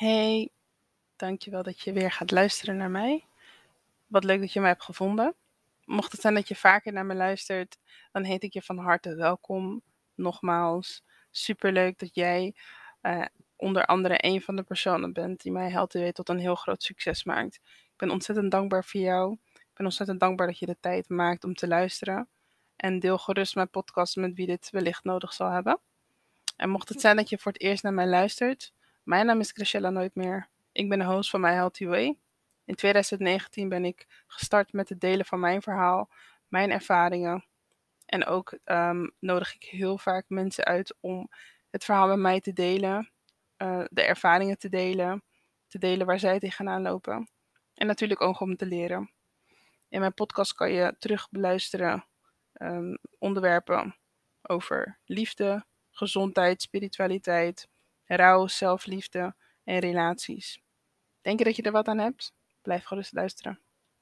Hey, dankjewel dat je weer gaat luisteren naar mij. Wat leuk dat je mij hebt gevonden. Mocht het zijn dat je vaker naar me luistert, dan heet ik je van harte welkom. Nogmaals, superleuk dat jij onder andere een van de personen bent die mij HealthyWay tot een heel groot succes maakt. Ik ben ontzettend dankbaar voor jou. Ik ben ontzettend dankbaar dat je de tijd maakt om te luisteren. En deel gerust mijn podcast met wie dit wellicht nodig zal hebben. En mocht het zijn dat je voor het eerst naar mij luistert, mijn naam is Chrisella Nooitmeer. Ik ben de host van My Healthy Way. In 2019 ben ik gestart met het delen van mijn verhaal, mijn ervaringen. En ook nodig ik heel vaak mensen uit om het verhaal met mij te delen, de ervaringen te delen waar zij tegenaan lopen. En natuurlijk ook om te leren. In mijn podcast kan je terug beluisteren onderwerpen over liefde, gezondheid, spiritualiteit, rouw, zelfliefde en relaties. Denk je dat je er wat aan hebt? Blijf gerust luisteren.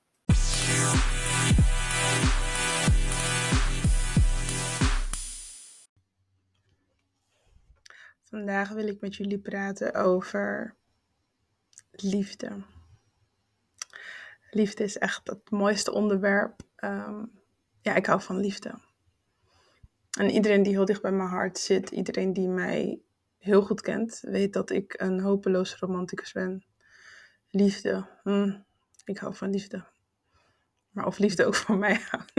Vandaag wil ik met jullie praten over liefde. Liefde is echt het mooiste onderwerp. Ik hou van liefde. En iedereen die heel dicht bij mijn hart zit, iedereen die mij heel goed kent, weet dat ik een hopeloos romanticus ben. Liefde. Ik hou van liefde. Maar of liefde ook van mij houdt.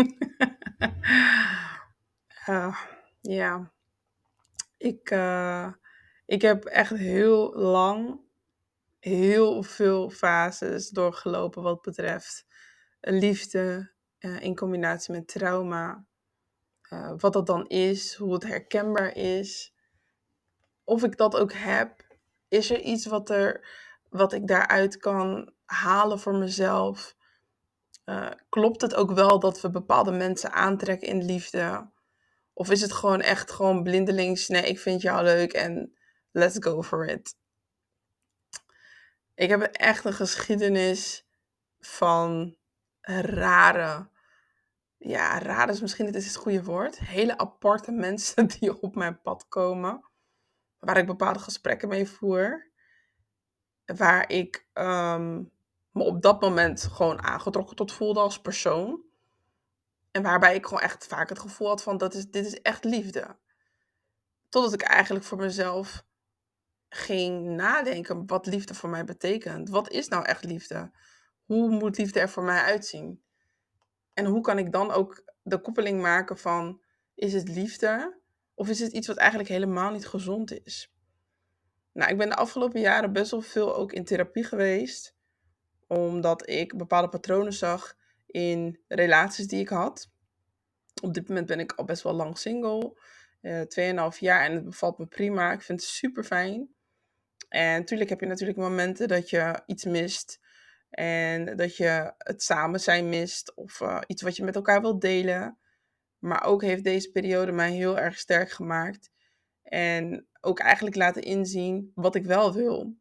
Ik heb echt heel lang heel veel fases doorgelopen wat betreft liefde in combinatie met trauma. Wat dat dan is, hoe het herkenbaar is. Of ik dat ook heb. Is er iets wat ik daaruit kan halen voor mezelf? Klopt het ook wel dat we bepaalde mensen aantrekken in liefde? Of is het gewoon echt blindelings, nee, ik vind jou leuk en let's go for it. Ik heb echt een geschiedenis van rare is misschien niet eens het goede woord. Hele aparte mensen die op mijn pad komen. Waar ik bepaalde gesprekken mee voer. Waar ik me op dat moment gewoon aangetrokken tot voelde als persoon. En waarbij ik gewoon echt vaak het gevoel had van dit is echt liefde. Totdat ik eigenlijk voor mezelf ging nadenken wat liefde voor mij betekent. Wat is nou echt liefde? Hoe moet liefde er voor mij uitzien? En hoe kan ik dan ook de koppeling maken van, is het liefde? Of is het iets wat eigenlijk helemaal niet gezond is? Nou, ik ben de afgelopen jaren best wel veel ook in therapie geweest. Omdat ik bepaalde patronen zag in relaties die ik had. Op dit moment ben ik al best wel lang single. 2,5 jaar en het bevalt me prima. Ik vind het super fijn. En natuurlijk heb je natuurlijk momenten dat je iets mist. En dat je het samen zijn mist. Of iets wat je met elkaar wilt delen. Maar ook heeft deze periode mij heel erg sterk gemaakt. En ook eigenlijk laten inzien wat ik wel wil.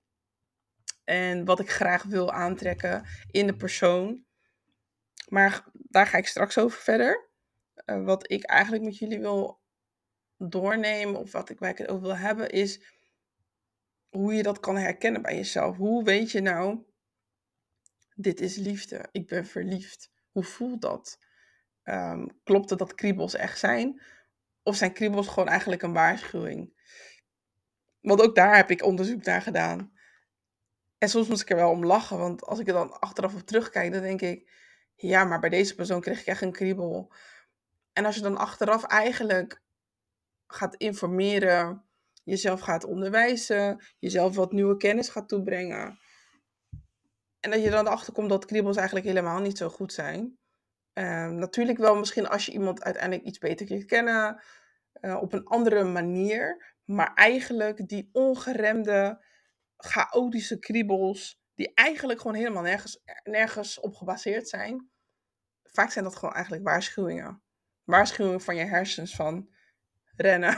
En wat ik graag wil aantrekken in de persoon. Maar daar ga ik straks over verder. Wat ik eigenlijk met jullie wil doornemen. Of waar ik het over wil hebben is hoe je dat kan herkennen bij jezelf. Hoe weet je nou, dit is liefde. Ik ben verliefd. Hoe voelt dat? Klopt het dat kriebels echt zijn? Of zijn kriebels gewoon eigenlijk een waarschuwing? Want ook daar heb ik onderzoek naar gedaan. En soms moest ik er wel om lachen. Want als ik er dan achteraf op terugkijk, dan denk ik, ja, maar bij deze persoon kreeg ik echt een kriebel. En als je dan achteraf eigenlijk gaat informeren, jezelf gaat onderwijzen, jezelf wat nieuwe kennis gaat toebrengen. En dat je dan erachter komt dat kriebels eigenlijk helemaal niet zo goed zijn. Natuurlijk wel misschien als je iemand uiteindelijk iets beter kunt kennen, op een andere manier. Maar eigenlijk die ongeremde, chaotische kriebels, die eigenlijk gewoon helemaal nergens op gebaseerd zijn. Vaak zijn dat gewoon eigenlijk waarschuwingen. Waarschuwingen van je hersens van rennen.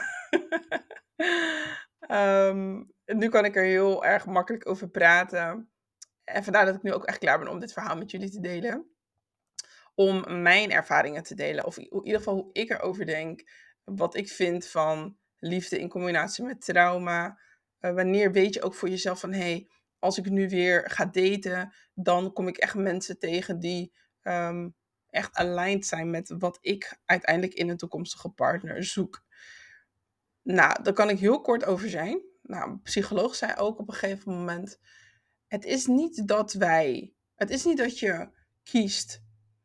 Nu kan ik er heel erg makkelijk over praten. En vandaar dat ik nu ook echt klaar ben om dit verhaal met jullie te delen. Om mijn ervaringen te delen. Of in ieder geval hoe ik erover denk. Wat ik vind van liefde in combinatie met trauma. Wanneer weet je ook voor jezelf van, hey, als ik nu weer ga daten, dan kom ik echt mensen tegen die echt aligned zijn met wat ik uiteindelijk in een toekomstige partner zoek. Nou, daar kan ik heel kort over zijn. Nou, een psycholoog zei ook op een gegeven moment: het is niet dat je kiest.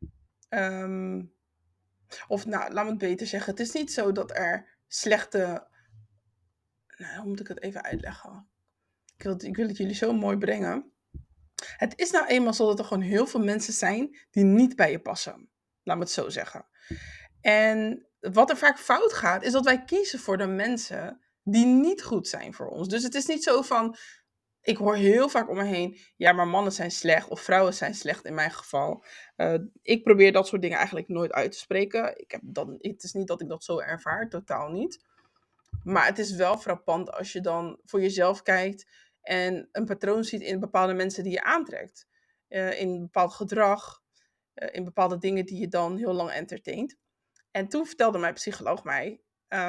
Of nou, laat me het beter zeggen. Het is niet zo dat er slechte. Nou, hoe moet ik het even uitleggen? Ik wil het jullie zo mooi brengen. Het is nou eenmaal zo dat er gewoon heel veel mensen zijn die niet bij je passen. Laat me het zo zeggen. En wat er vaak fout gaat, is dat wij kiezen voor de mensen die niet goed zijn voor ons. Dus het is niet zo van, ik hoor heel vaak om me heen, ja, maar mannen zijn slecht of vrouwen zijn slecht in mijn geval. Ik probeer dat soort dingen eigenlijk nooit uit te spreken. Het is niet dat ik dat zo ervaar, totaal niet. Maar het is wel frappant als je dan voor jezelf kijkt en een patroon ziet in bepaalde mensen die je aantrekt. In bepaald gedrag, in bepaalde dingen die je dan heel lang entertaint. En toen vertelde mijn psycholoog mij,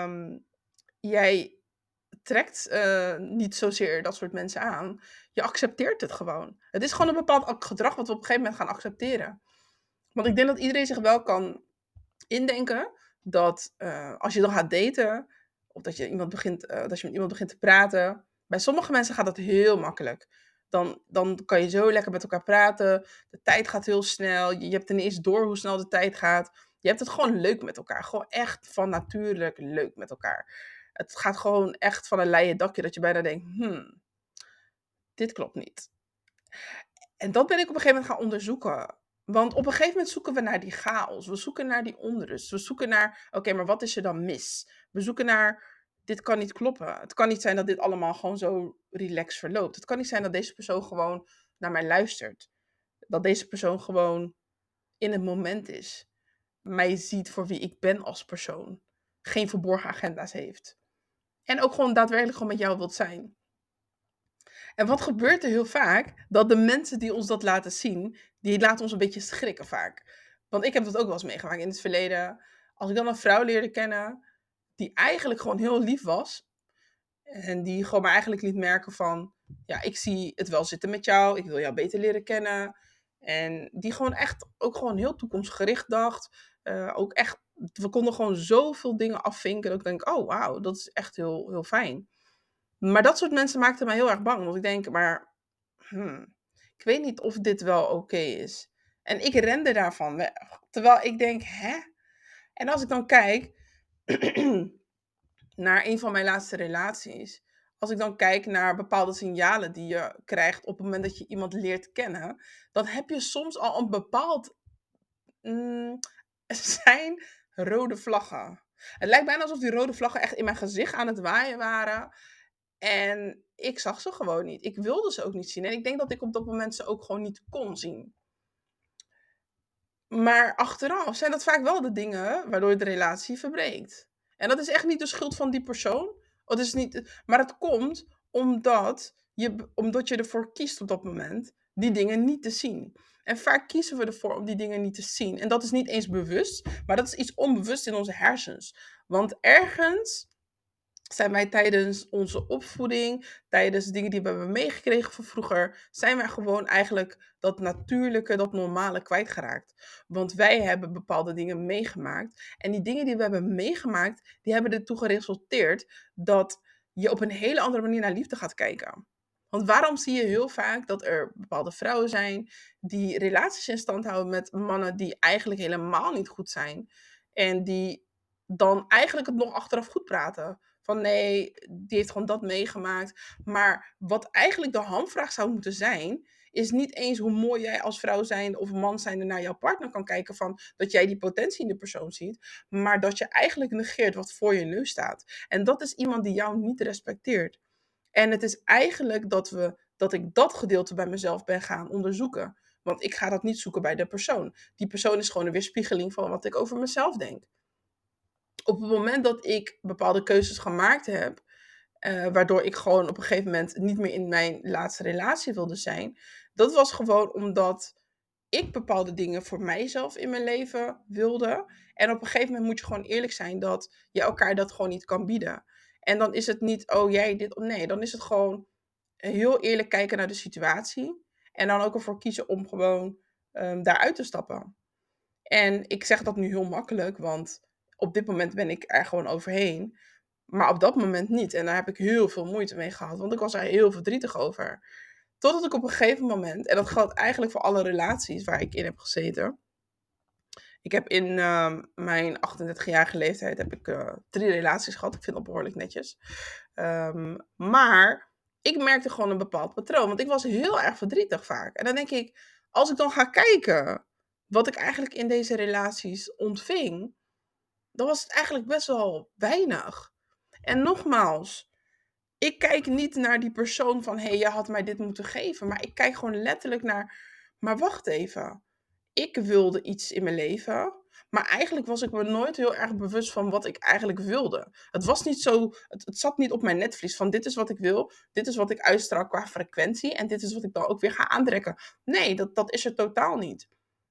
jij trekt niet zozeer dat soort mensen aan. Je accepteert het gewoon. Het is gewoon een bepaald gedrag wat we op een gegeven moment gaan accepteren. Want ik denk dat iedereen zich wel kan indenken dat als je dan gaat daten, of dat je, dat je met iemand begint te praten, bij sommige mensen gaat dat heel makkelijk. Dan kan je zo lekker met elkaar praten. De tijd gaat heel snel. Je hebt ineens door hoe snel de tijd gaat. Je hebt het gewoon leuk met elkaar. Gewoon echt van natuurlijk leuk met elkaar. Het gaat gewoon echt van een leien dakje dat je bijna denkt, dit klopt niet. En dat ben ik op een gegeven moment gaan onderzoeken. Want op een gegeven moment zoeken we naar die chaos. We zoeken naar die onrust. We zoeken naar, oké, maar wat is er dan mis? We zoeken naar, dit kan niet kloppen. Het kan niet zijn dat dit allemaal gewoon zo relaxed verloopt. Het kan niet zijn dat deze persoon gewoon naar mij luistert. Dat deze persoon gewoon in het moment is. Mij ziet voor wie ik ben als persoon. Geen verborgen agenda's heeft. En ook gewoon daadwerkelijk gewoon met jou wilt zijn. En wat gebeurt er heel vaak? Dat de mensen die ons dat laten zien, die laten ons een beetje schrikken vaak. Want ik heb dat ook wel eens meegemaakt in het verleden. Als ik dan een vrouw leerde kennen, die eigenlijk gewoon heel lief was. En die gewoon maar eigenlijk liet merken van, ja, ik zie het wel zitten met jou. Ik wil jou beter leren kennen. En die gewoon echt ook gewoon heel toekomstgericht dacht. Ook echt, we konden gewoon zoveel dingen afvinken. Dat ik denk, oh wauw, dat is echt heel, heel fijn. Maar dat soort mensen maakten mij heel erg bang. Want ik denk, maar ik weet niet of dit wel oké is. En ik rende daarvan weg. Terwijl ik denk, hè? En als ik dan kijk naar een van mijn laatste relaties. Als ik dan kijk naar bepaalde signalen die je krijgt op het moment dat je iemand leert kennen. Dan heb je soms al een bepaald zijn rode vlaggen. Het lijkt bijna alsof die rode vlaggen echt in mijn gezicht aan het waaien waren. En ik zag ze gewoon niet. Ik wilde ze ook niet zien. En ik denk dat ik op dat moment ze ook gewoon niet kon zien. Maar achteraf zijn dat vaak wel de dingen waardoor de relatie verbreekt. En dat is echt niet de schuld van die persoon. Het is niet, maar het komt omdat je ervoor kiest op dat moment die dingen niet te zien. En vaak kiezen we ervoor om die dingen niet te zien. En dat is niet eens bewust, maar dat is iets onbewust in onze hersens. Want ergens zijn wij tijdens onze opvoeding, tijdens dingen die we hebben meegekregen van vroeger, zijn wij gewoon eigenlijk dat natuurlijke, dat normale kwijtgeraakt. Want wij hebben bepaalde dingen meegemaakt. En die dingen die we hebben meegemaakt, die hebben ertoe geresulteerd dat je op een hele andere manier naar liefde gaat kijken. Want waarom zie je heel vaak dat er bepaalde vrouwen zijn die relaties in stand houden met mannen die eigenlijk helemaal niet goed zijn. En die dan eigenlijk het nog achteraf goed praten. Van nee, die heeft gewoon dat meegemaakt. Maar wat eigenlijk de hamvraag zou moeten zijn, is niet eens hoe mooi jij als vrouw zijn of man zijn naar jouw partner kan kijken van dat jij die potentie in de persoon ziet, maar dat je eigenlijk negeert wat voor je neus staat. En dat is iemand die jou niet respecteert. En het is eigenlijk dat ik dat gedeelte bij mezelf ben gaan onderzoeken. Want ik ga dat niet zoeken bij de persoon. Die persoon is gewoon een weerspiegeling van wat ik over mezelf denk. Op het moment dat ik bepaalde keuzes gemaakt heb, waardoor ik gewoon op een gegeven moment niet meer in mijn laatste relatie wilde zijn, dat was gewoon omdat ik bepaalde dingen voor mijzelf in mijn leven wilde. En op een gegeven moment moet je gewoon eerlijk zijn dat je elkaar dat gewoon niet kan bieden. En dan is het niet, oh jij dit, nee, dan is het gewoon, heel eerlijk kijken naar de situatie. En dan ook ervoor kiezen om gewoon daaruit te stappen. En ik zeg dat nu heel makkelijk, want op dit moment ben ik er gewoon overheen. Maar op dat moment niet. En daar heb ik heel veel moeite mee gehad, want ik was er heel verdrietig over. Totdat ik op een gegeven moment, en dat geldt eigenlijk voor alle relaties waar ik in heb gezeten. Ik heb in mijn 38-jarige leeftijd heb ik 3 relaties gehad. Ik vind dat behoorlijk netjes. Maar ik merkte gewoon een bepaald patroon. Want ik was heel erg verdrietig vaak. En dan denk ik, als ik dan ga kijken wat ik eigenlijk in deze relaties ontving, dan was het eigenlijk best wel weinig. En nogmaals, ik kijk niet naar die persoon van, hé, je had mij dit moeten geven. Maar ik kijk gewoon letterlijk naar, maar wacht even. Ik wilde iets in mijn leven, maar eigenlijk was ik me nooit heel erg bewust van wat ik eigenlijk wilde. Het was niet zo, het zat niet op mijn netvlies van dit is wat ik wil, dit is wat ik uitstraal qua frequentie en dit is wat ik dan ook weer ga aantrekken. Nee, dat is er totaal niet.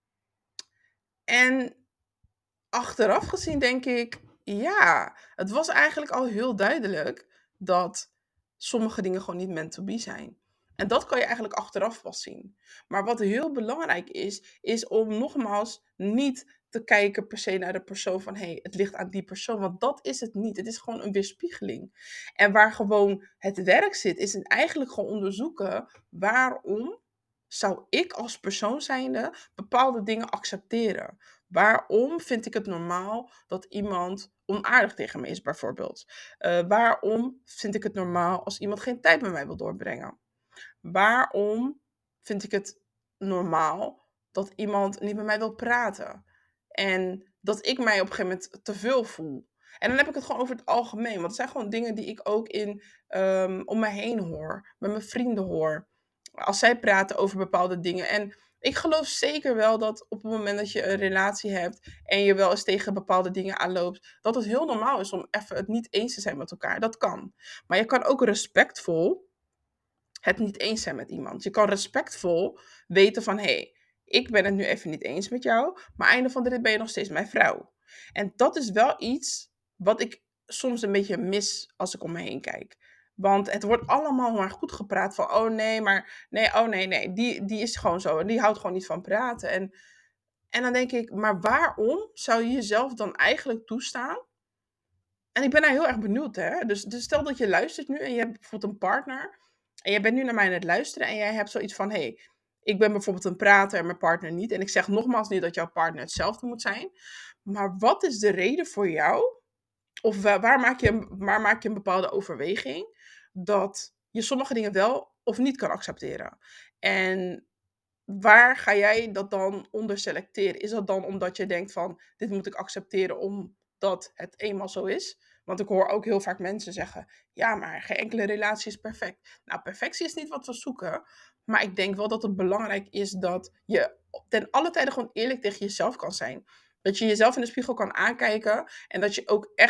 En achteraf gezien denk ik, ja, het was eigenlijk al heel duidelijk dat sommige dingen gewoon niet meant to be zijn. En dat kan je eigenlijk achteraf pas zien. Maar wat heel belangrijk is om nogmaals niet te kijken per se naar de persoon van, hé, het ligt aan die persoon. Want dat is het niet. Het is gewoon een weerspiegeling. En waar gewoon het werk zit, is eigenlijk gewoon onderzoeken waarom zou ik als persoon zijnde bepaalde dingen accepteren. Waarom vind ik het normaal dat iemand onaardig tegen me is, bijvoorbeeld? Waarom vind ik het normaal als iemand geen tijd met mij wil doorbrengen? Waarom vind ik het normaal dat iemand niet met mij wil praten? En dat ik mij op een gegeven moment te veel voel. En dan heb ik het gewoon over het algemeen. Want het zijn gewoon dingen die ik ook om me heen hoor. Met mijn vrienden hoor. Als zij praten over bepaalde dingen. En ik geloof zeker wel dat op het moment dat je een relatie hebt. En je wel eens tegen bepaalde dingen aanloopt. Dat het heel normaal is om even het niet eens te zijn met elkaar. Dat kan. Maar je kan ook respectvol het niet eens zijn met iemand. Je kan respectvol weten van, hé, ik ben het nu even niet eens met jou, maar einde van de rit ben je nog steeds mijn vrouw. En dat is wel iets wat ik soms een beetje mis als ik om me heen kijk. Want het wordt allemaal maar goed gepraat van, oh nee, maar nee, oh nee, nee, die is gewoon zo en die houdt gewoon niet van praten. En dan denk ik, maar waarom zou je jezelf dan eigenlijk toestaan? En ik ben daar heel erg benieuwd, hè. Dus stel dat je luistert nu en je hebt bijvoorbeeld een partner. En je bent nu naar mij aan het luisteren en jij hebt zoiets van, hé, ik ben bijvoorbeeld een prater en mijn partner niet. En ik zeg nogmaals niet dat jouw partner hetzelfde moet zijn. Maar wat is de reden voor jou? Of waar maak je een bepaalde overweging dat je sommige dingen wel of niet kan accepteren? En waar ga jij dat dan onder selecteren? Is dat dan omdat je denkt van, dit moet ik accepteren omdat het eenmaal zo is? Want ik hoor ook heel vaak mensen zeggen, ja, maar geen enkele relatie is perfect. Nou, perfectie is niet wat we zoeken. Maar ik denk wel dat het belangrijk is dat je ten alle tijde gewoon eerlijk tegen jezelf kan zijn. Dat je jezelf in de spiegel kan aankijken. En dat je ook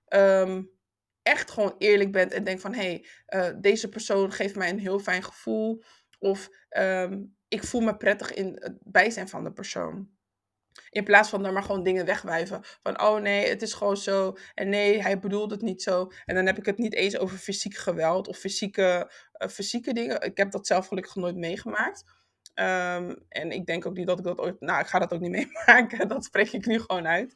echt gewoon eerlijk bent en denkt van, hé, deze persoon geeft mij een heel fijn gevoel. Of ik voel me prettig in het bijzijn van de persoon. In plaats van dan maar gewoon dingen wegwuiven. Van, oh nee, het is gewoon zo. En nee, hij bedoelt het niet zo. En dan heb ik het niet eens over fysiek geweld of fysieke dingen. Ik heb dat zelf gelukkig nooit meegemaakt. En ik denk ook niet dat ik dat ooit... Nou, ik ga dat ook niet meemaken. Dat spreek ik nu gewoon uit.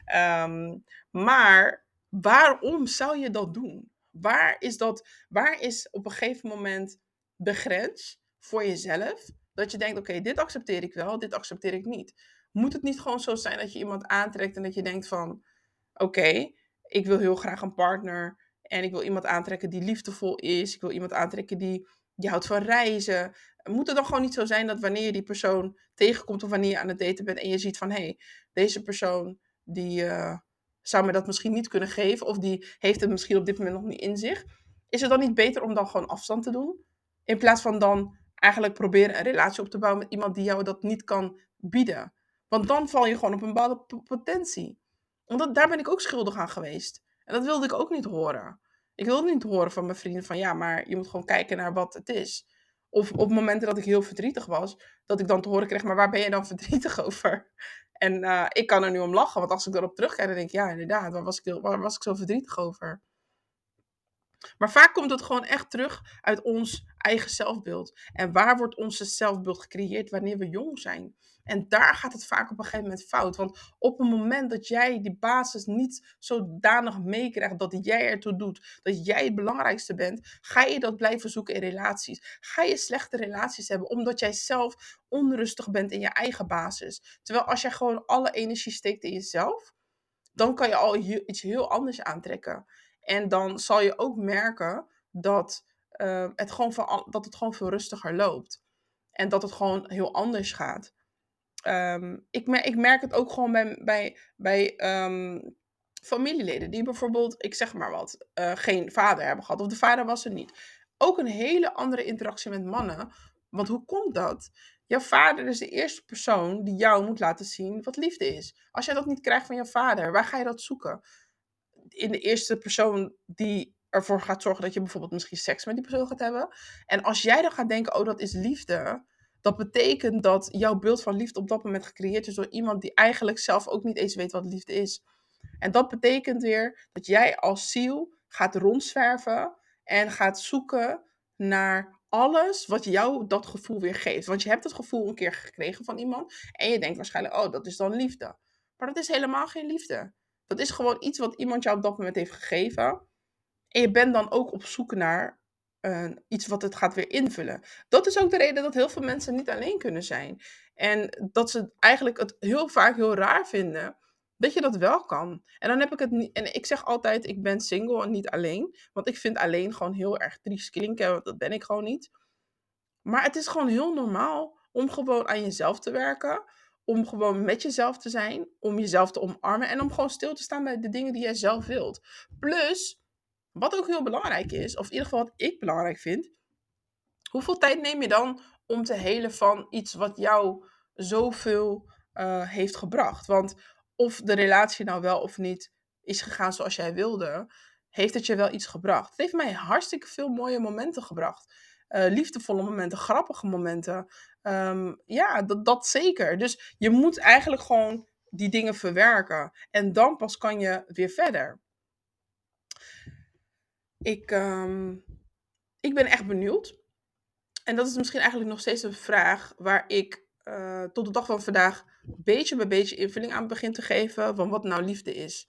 Maar waarom zou je dat doen? Waar is op een gegeven moment de grens voor jezelf? Dat je denkt, oké, dit accepteer ik wel, dit accepteer ik niet. Moet het niet gewoon zo zijn dat je iemand aantrekt en dat je denkt van, oké, ik wil heel graag een partner en ik wil iemand aantrekken die liefdevol is. Ik wil iemand aantrekken die houdt van reizen. Moet het dan gewoon niet zo zijn dat wanneer je die persoon tegenkomt of wanneer je aan het daten bent en je ziet van, hé, deze persoon die zou me dat misschien niet kunnen geven of die heeft het misschien op dit moment nog niet in zich. Is het dan niet beter om dan gewoon afstand te doen? In plaats van dan eigenlijk proberen een relatie op te bouwen met iemand die jou dat niet kan bieden. Want dan val je gewoon op een bepaalde potentie. Want daar ben ik ook schuldig aan geweest. En dat wilde ik ook niet horen. Ik wilde niet horen van mijn vrienden van, ja, maar je moet gewoon kijken naar wat het is. Of op momenten dat ik heel verdrietig was, dat ik dan te horen kreeg, maar waar ben je dan verdrietig over? En ik kan er nu om lachen, want als ik erop terugkijk, dan denk ik, ja, inderdaad, waar was ik zo verdrietig over? Maar vaak komt het gewoon echt terug uit ons eigen zelfbeeld. En waar wordt onze zelfbeeld gecreëerd wanneer we jong zijn? En daar gaat het vaak op een gegeven moment fout. Want op het moment dat jij die basis niet zodanig meekrijgt dat jij ertoe doet, dat jij het belangrijkste bent, ga je dat blijven zoeken in relaties. Ga je slechte relaties hebben omdat jij zelf onrustig bent in je eigen basis. Terwijl als jij gewoon alle energie steekt in jezelf, dan kan je al iets heel anders aantrekken. En dan zal je ook merken dat, dat het gewoon veel rustiger loopt. En dat het gewoon heel anders gaat. Ik merk het ook gewoon bij familieleden die bijvoorbeeld, ik zeg maar wat, geen vader hebben gehad. Of de vader was er niet. Ook een hele andere interactie met mannen. Want hoe komt dat? Jouw vader is de eerste persoon die jou moet laten zien wat liefde is. Als jij dat niet krijgt van je vader, waar ga je dat zoeken? In de eerste persoon die ervoor gaat zorgen dat je bijvoorbeeld misschien seks met die persoon gaat hebben. En als jij dan gaat denken, oh dat is liefde, dat betekent dat jouw beeld van liefde op dat moment gecreëerd is door iemand die eigenlijk zelf ook niet eens weet wat liefde is. En dat betekent weer dat jij als ziel gaat rondzwerven en gaat zoeken naar alles wat jou dat gevoel weer geeft. Want je hebt het gevoel een keer gekregen van iemand en je denkt waarschijnlijk, oh dat is dan liefde. Maar dat is helemaal geen liefde. Dat is gewoon iets wat iemand jou op dat moment heeft gegeven. En je bent dan ook op zoek naar iets wat het gaat weer invullen. Dat is ook de reden dat heel veel mensen niet alleen kunnen zijn. En dat ze eigenlijk het heel vaak heel raar vinden dat je dat wel kan. En dan heb ik het niet. En ik zeg altijd: ik ben single en niet alleen. Want ik vind alleen gewoon heel erg triest klinken. Want dat ben ik gewoon niet. Maar het is gewoon heel normaal om gewoon aan jezelf te werken. Om gewoon met jezelf te zijn. Om jezelf te omarmen. En om gewoon stil te staan bij de dingen die jij zelf wilt. Plus, wat ook heel belangrijk is, of in ieder geval wat ik belangrijk vind. Hoeveel tijd neem je dan om te helen van iets wat jou zoveel heeft gebracht? Want of de relatie nou wel of niet is gegaan zoals jij wilde, heeft het je wel iets gebracht. Het heeft mij hartstikke veel mooie momenten gebracht. Liefdevolle momenten, grappige momenten. Ja, dat zeker. Dus je moet eigenlijk gewoon die dingen verwerken. En dan pas kan je weer verder. Ik ben echt benieuwd. En dat is misschien eigenlijk nog steeds een vraag waar ik tot de dag van vandaag beetje bij beetje invulling aan begin te geven van wat nou liefde is.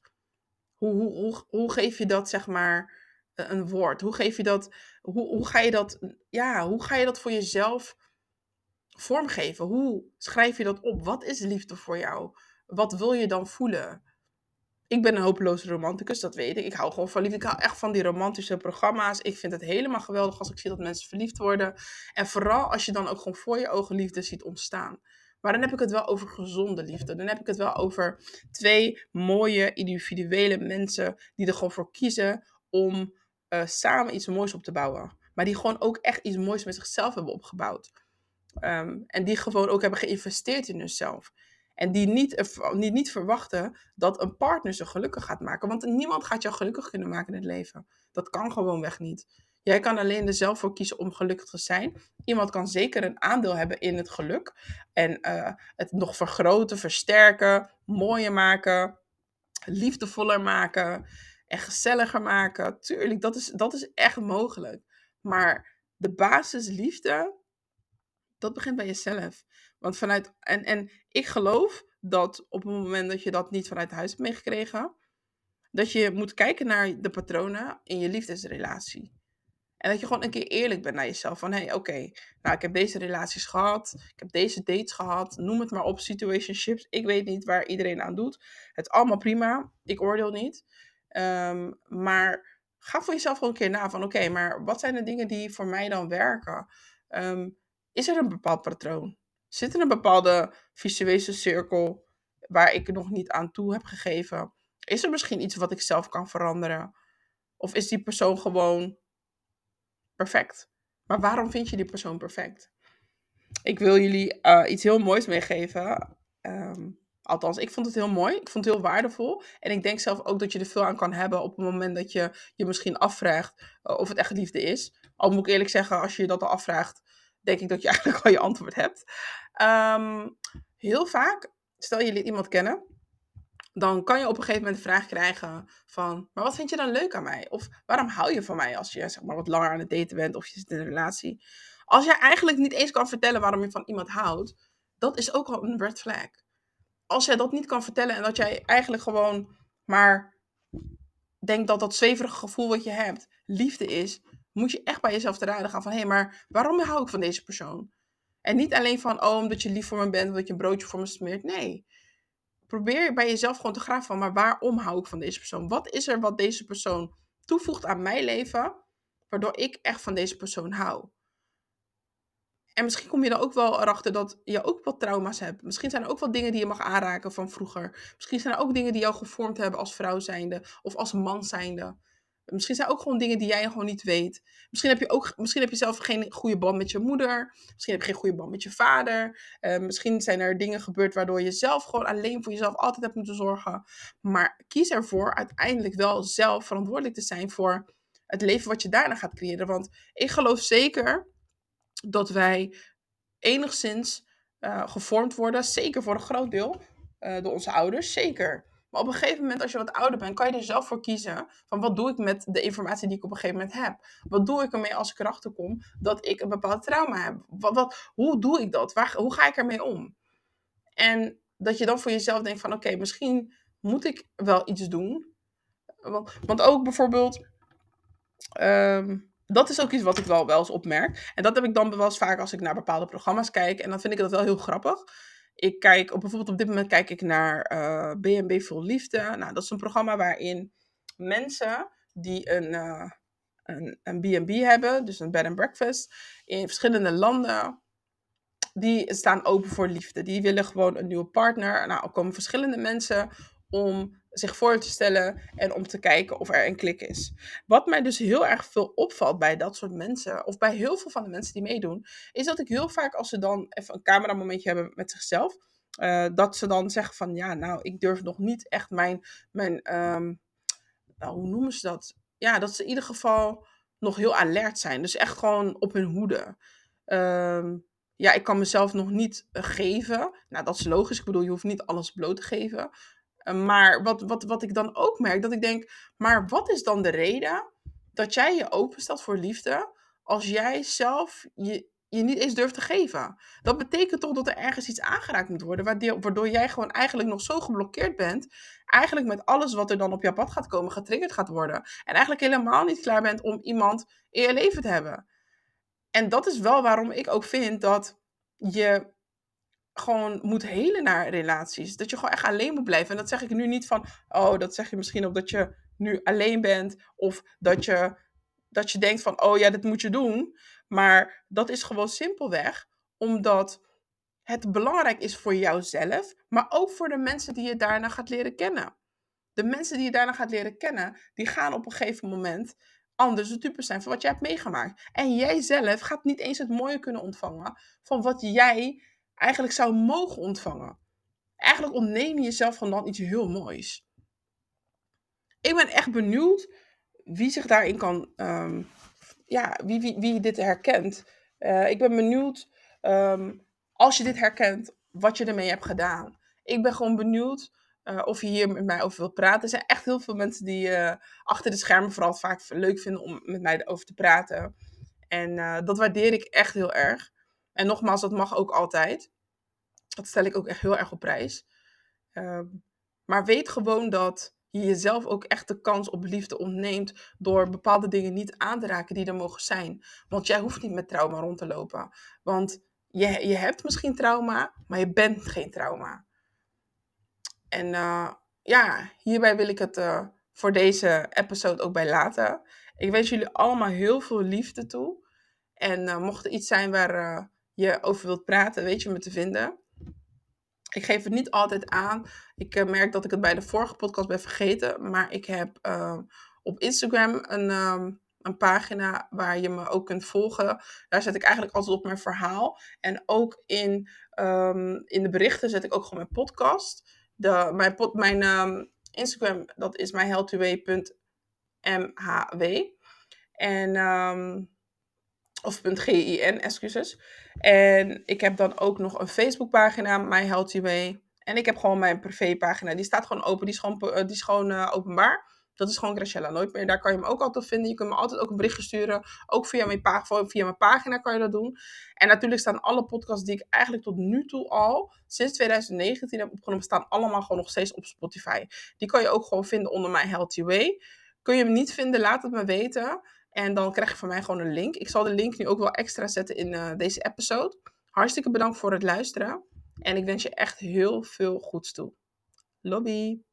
Hoe geef je dat, zeg maar, een woord? Hoe geef je dat, hoe ga je dat, ja, hoe ga je dat voor jezelf vormgeven? Hoe schrijf je dat op? Wat is liefde voor jou? Wat wil je dan voelen? Ik ben een hopeloze romanticus, dat weet ik. Ik hou gewoon van liefde. Ik hou echt van die romantische programma's. Ik vind het helemaal geweldig als ik zie dat mensen verliefd worden. En vooral als je dan ook gewoon voor je ogen liefde ziet ontstaan. Maar dan heb ik het wel over gezonde liefde. Dan heb ik het wel over twee mooie, individuele mensen die er gewoon voor kiezen om samen iets moois op te bouwen. Maar die gewoon ook echt iets moois met zichzelf hebben opgebouwd. En die gewoon ook hebben geïnvesteerd in hunzelf. En die niet verwachten dat een partner ze gelukkig gaat maken. Want niemand gaat jou gelukkig kunnen maken in het leven. Dat kan gewoonweg niet. Jij kan alleen er zelf voor kiezen om gelukkig te zijn. Iemand kan zeker een aandeel hebben in het geluk. En het nog vergroten, versterken, mooier maken, liefdevoller maken en gezelliger maken. Tuurlijk, dat is echt mogelijk. Maar de basis liefde, dat begint bij jezelf. Want en ik geloof dat op het moment dat je dat niet vanuit huis hebt meegekregen, dat je moet kijken naar de patronen in je liefdesrelatie. En dat je gewoon een keer eerlijk bent naar jezelf. Van, hé, oké, nou, ik heb deze relaties gehad. Ik heb deze dates gehad. Noem het maar op, situationships. Ik weet niet waar iedereen aan doet. Het is allemaal prima. Ik oordeel niet. Maar ga voor jezelf gewoon een keer na van, oké, maar wat zijn de dingen die voor mij dan werken? Is er een bepaald patroon? Zit er een bepaalde visuele cirkel waar ik nog niet aan toe heb gegeven? Is er misschien iets wat ik zelf kan veranderen? Of is die persoon gewoon perfect? Maar waarom vind je die persoon perfect? Ik wil jullie iets heel moois meegeven. Althans, ik vond het heel mooi. Ik vond het heel waardevol. En ik denk zelf ook dat je er veel aan kan hebben op het moment dat je je misschien afvraagt of het echt liefde is. Al moet ik eerlijk zeggen, als je je dat al afvraagt, denk ik dat je eigenlijk al je antwoord hebt. Heel vaak, stel je leert iemand kennen. dan kan je op een gegeven moment de vraag krijgen van, maar wat vind je dan leuk aan mij? Of waarom hou je van mij als je zeg maar wat langer aan het daten bent of je zit in een relatie? Als jij eigenlijk niet eens kan vertellen waarom je van iemand houdt, dat is ook al een red flag. Als jij dat niet kan vertellen en dat jij eigenlijk gewoon maar denkt dat dat zweverige gevoel wat je hebt liefde is, moet je echt bij jezelf te raden gaan van, hé, maar waarom hou ik van deze persoon? En niet alleen van, oh, omdat je lief voor me bent, omdat je een broodje voor me smeert. Nee, probeer bij jezelf gewoon te graven van, maar waarom hou ik van deze persoon? Wat is er wat deze persoon toevoegt aan mijn leven, waardoor ik echt van deze persoon hou? En misschien kom je er ook wel erachter dat je ook wat trauma's hebt. Misschien zijn er ook wel dingen die je mag aanraken van vroeger. Misschien zijn er ook dingen die jou gevormd hebben als vrouw zijnde of als man zijnde. Misschien zijn er ook gewoon dingen die jij gewoon niet weet. Misschien heb je zelf geen goede band met je moeder. Misschien heb je geen goede band met je vader. Misschien zijn er dingen gebeurd waardoor je zelf gewoon alleen voor jezelf altijd hebt moeten zorgen. Maar kies ervoor uiteindelijk wel zelf verantwoordelijk te zijn voor het leven wat je daarna gaat creëren. Want ik geloof zeker dat wij enigszins gevormd worden, zeker voor een groot deel, door onze ouders, zeker. Maar op een gegeven moment, als je wat ouder bent, kan je er zelf voor kiezen van wat doe ik met de informatie die ik op een gegeven moment heb? Wat doe ik ermee als ik erachter kom dat ik een bepaald trauma heb? Hoe doe ik dat? Hoe ga ik ermee om? En dat je dan voor jezelf denkt van oké, misschien moet ik wel iets doen. Want ook bijvoorbeeld dat is ook iets wat ik wel eens opmerk. En dat heb ik dan wel eens vaak als ik naar bepaalde programma's kijk. En dan vind ik dat wel heel grappig. Bijvoorbeeld op dit moment kijk ik naar B&B Vol Liefde. Nou, dat is een programma waarin mensen die een B&B hebben, dus een bed and breakfast, in verschillende landen, die staan open voor liefde. Die willen gewoon een nieuwe partner. Nou, er komen verschillende mensen om zich voor te stellen en om te kijken of er een klik is. Wat mij dus heel erg veel opvalt bij dat soort mensen, of bij heel veel van de mensen die meedoen, is dat ik heel vaak als ze dan even een cameramomentje hebben met zichzelf, dat ze dan zeggen van, ja, nou, ik durf nog niet echt nou, hoe noemen ze dat? Ja, dat ze in ieder geval nog heel alert zijn. Dus echt gewoon op hun hoede. Ehm, ja, ik kan mezelf nog niet geven. Nou, dat is logisch. Ik bedoel, je hoeft niet alles bloot te geven. Maar wat ik dan ook merk, dat ik denk, maar wat is dan de reden dat jij je openstelt voor liefde als jij zelf je niet eens durft te geven? Dat betekent toch dat er ergens iets aangeraakt moet worden, waardoor jij gewoon eigenlijk nog zo geblokkeerd bent, eigenlijk met alles wat er dan op jouw pad gaat komen, getriggerd gaat worden. En eigenlijk helemaal niet klaar bent om iemand in je leven te hebben. En dat is wel waarom ik ook vind dat je gewoon moet helen naar relaties. Dat je gewoon echt alleen moet blijven. En dat zeg ik nu niet van, oh, dat zeg je misschien omdat je nu alleen bent. Of dat je denkt van, oh ja, dit moet je doen. Maar dat is gewoon simpelweg omdat het belangrijk is voor jouzelf, maar ook voor de mensen die je daarna gaat leren kennen. De mensen die je daarna gaat leren kennen, die gaan op een gegeven moment anders de type zijn van wat jij hebt meegemaakt. En jij zelf gaat niet eens het mooie kunnen ontvangen van wat jij eigenlijk zou mogen ontvangen. Eigenlijk ontneem je jezelf van dan iets heel moois. Ik ben echt benieuwd wie zich daarin kan, wie dit herkent. Ik ben benieuwd, als je dit herkent, wat je ermee hebt gedaan. Ik ben gewoon benieuwd of je hier met mij over wilt praten. Er zijn echt heel veel mensen die achter de schermen vooral vaak leuk vinden om met mij erover te praten. En dat waardeer ik echt heel erg. En nogmaals, dat mag ook altijd. Dat stel ik ook echt heel erg op prijs. Maar weet gewoon dat je jezelf ook echt de kans op liefde ontneemt door bepaalde dingen niet aan te raken die er mogen zijn. Want jij hoeft niet met trauma rond te lopen. Want je hebt misschien trauma, maar je bent geen trauma. En ja, hierbij wil ik het voor deze episode ook bij laten. Ik wens jullie allemaal heel veel liefde toe. En mocht er iets zijn waar je over wilt praten, weet je me te vinden. Ik geef het niet altijd aan. Ik merk dat ik het bij de vorige podcast ben vergeten. Maar ik heb op Instagram een pagina waar je me ook kunt volgen. Daar zet ik eigenlijk altijd op mijn verhaal. En ook in de berichten zet ik ook gewoon mijn podcast. Mijn Instagram, dat is myhealthyway.mhw. En of .gin, excuses. En ik heb dan ook nog een Facebookpagina, My Healthy Way. En ik heb gewoon mijn privépagina. Die staat gewoon open. Die is gewoon openbaar. Dat is gewoon Graciela Nooit meer. Daar kan je me ook altijd vinden. Je kunt me altijd ook een berichtje sturen. Ook via mijn pagina kan je dat doen. En natuurlijk staan alle podcasts die ik eigenlijk tot nu toe al, sinds 2019 heb opgenomen, staan allemaal gewoon nog steeds op Spotify. Die kan je ook gewoon vinden onder My Healthy Way. Kun je hem niet vinden, laat het me weten. En dan krijg je van mij gewoon een link. Ik zal de link nu ook wel extra zetten in deze episode. Hartstikke bedankt voor het luisteren. En ik wens je echt heel veel goeds toe. Lobby!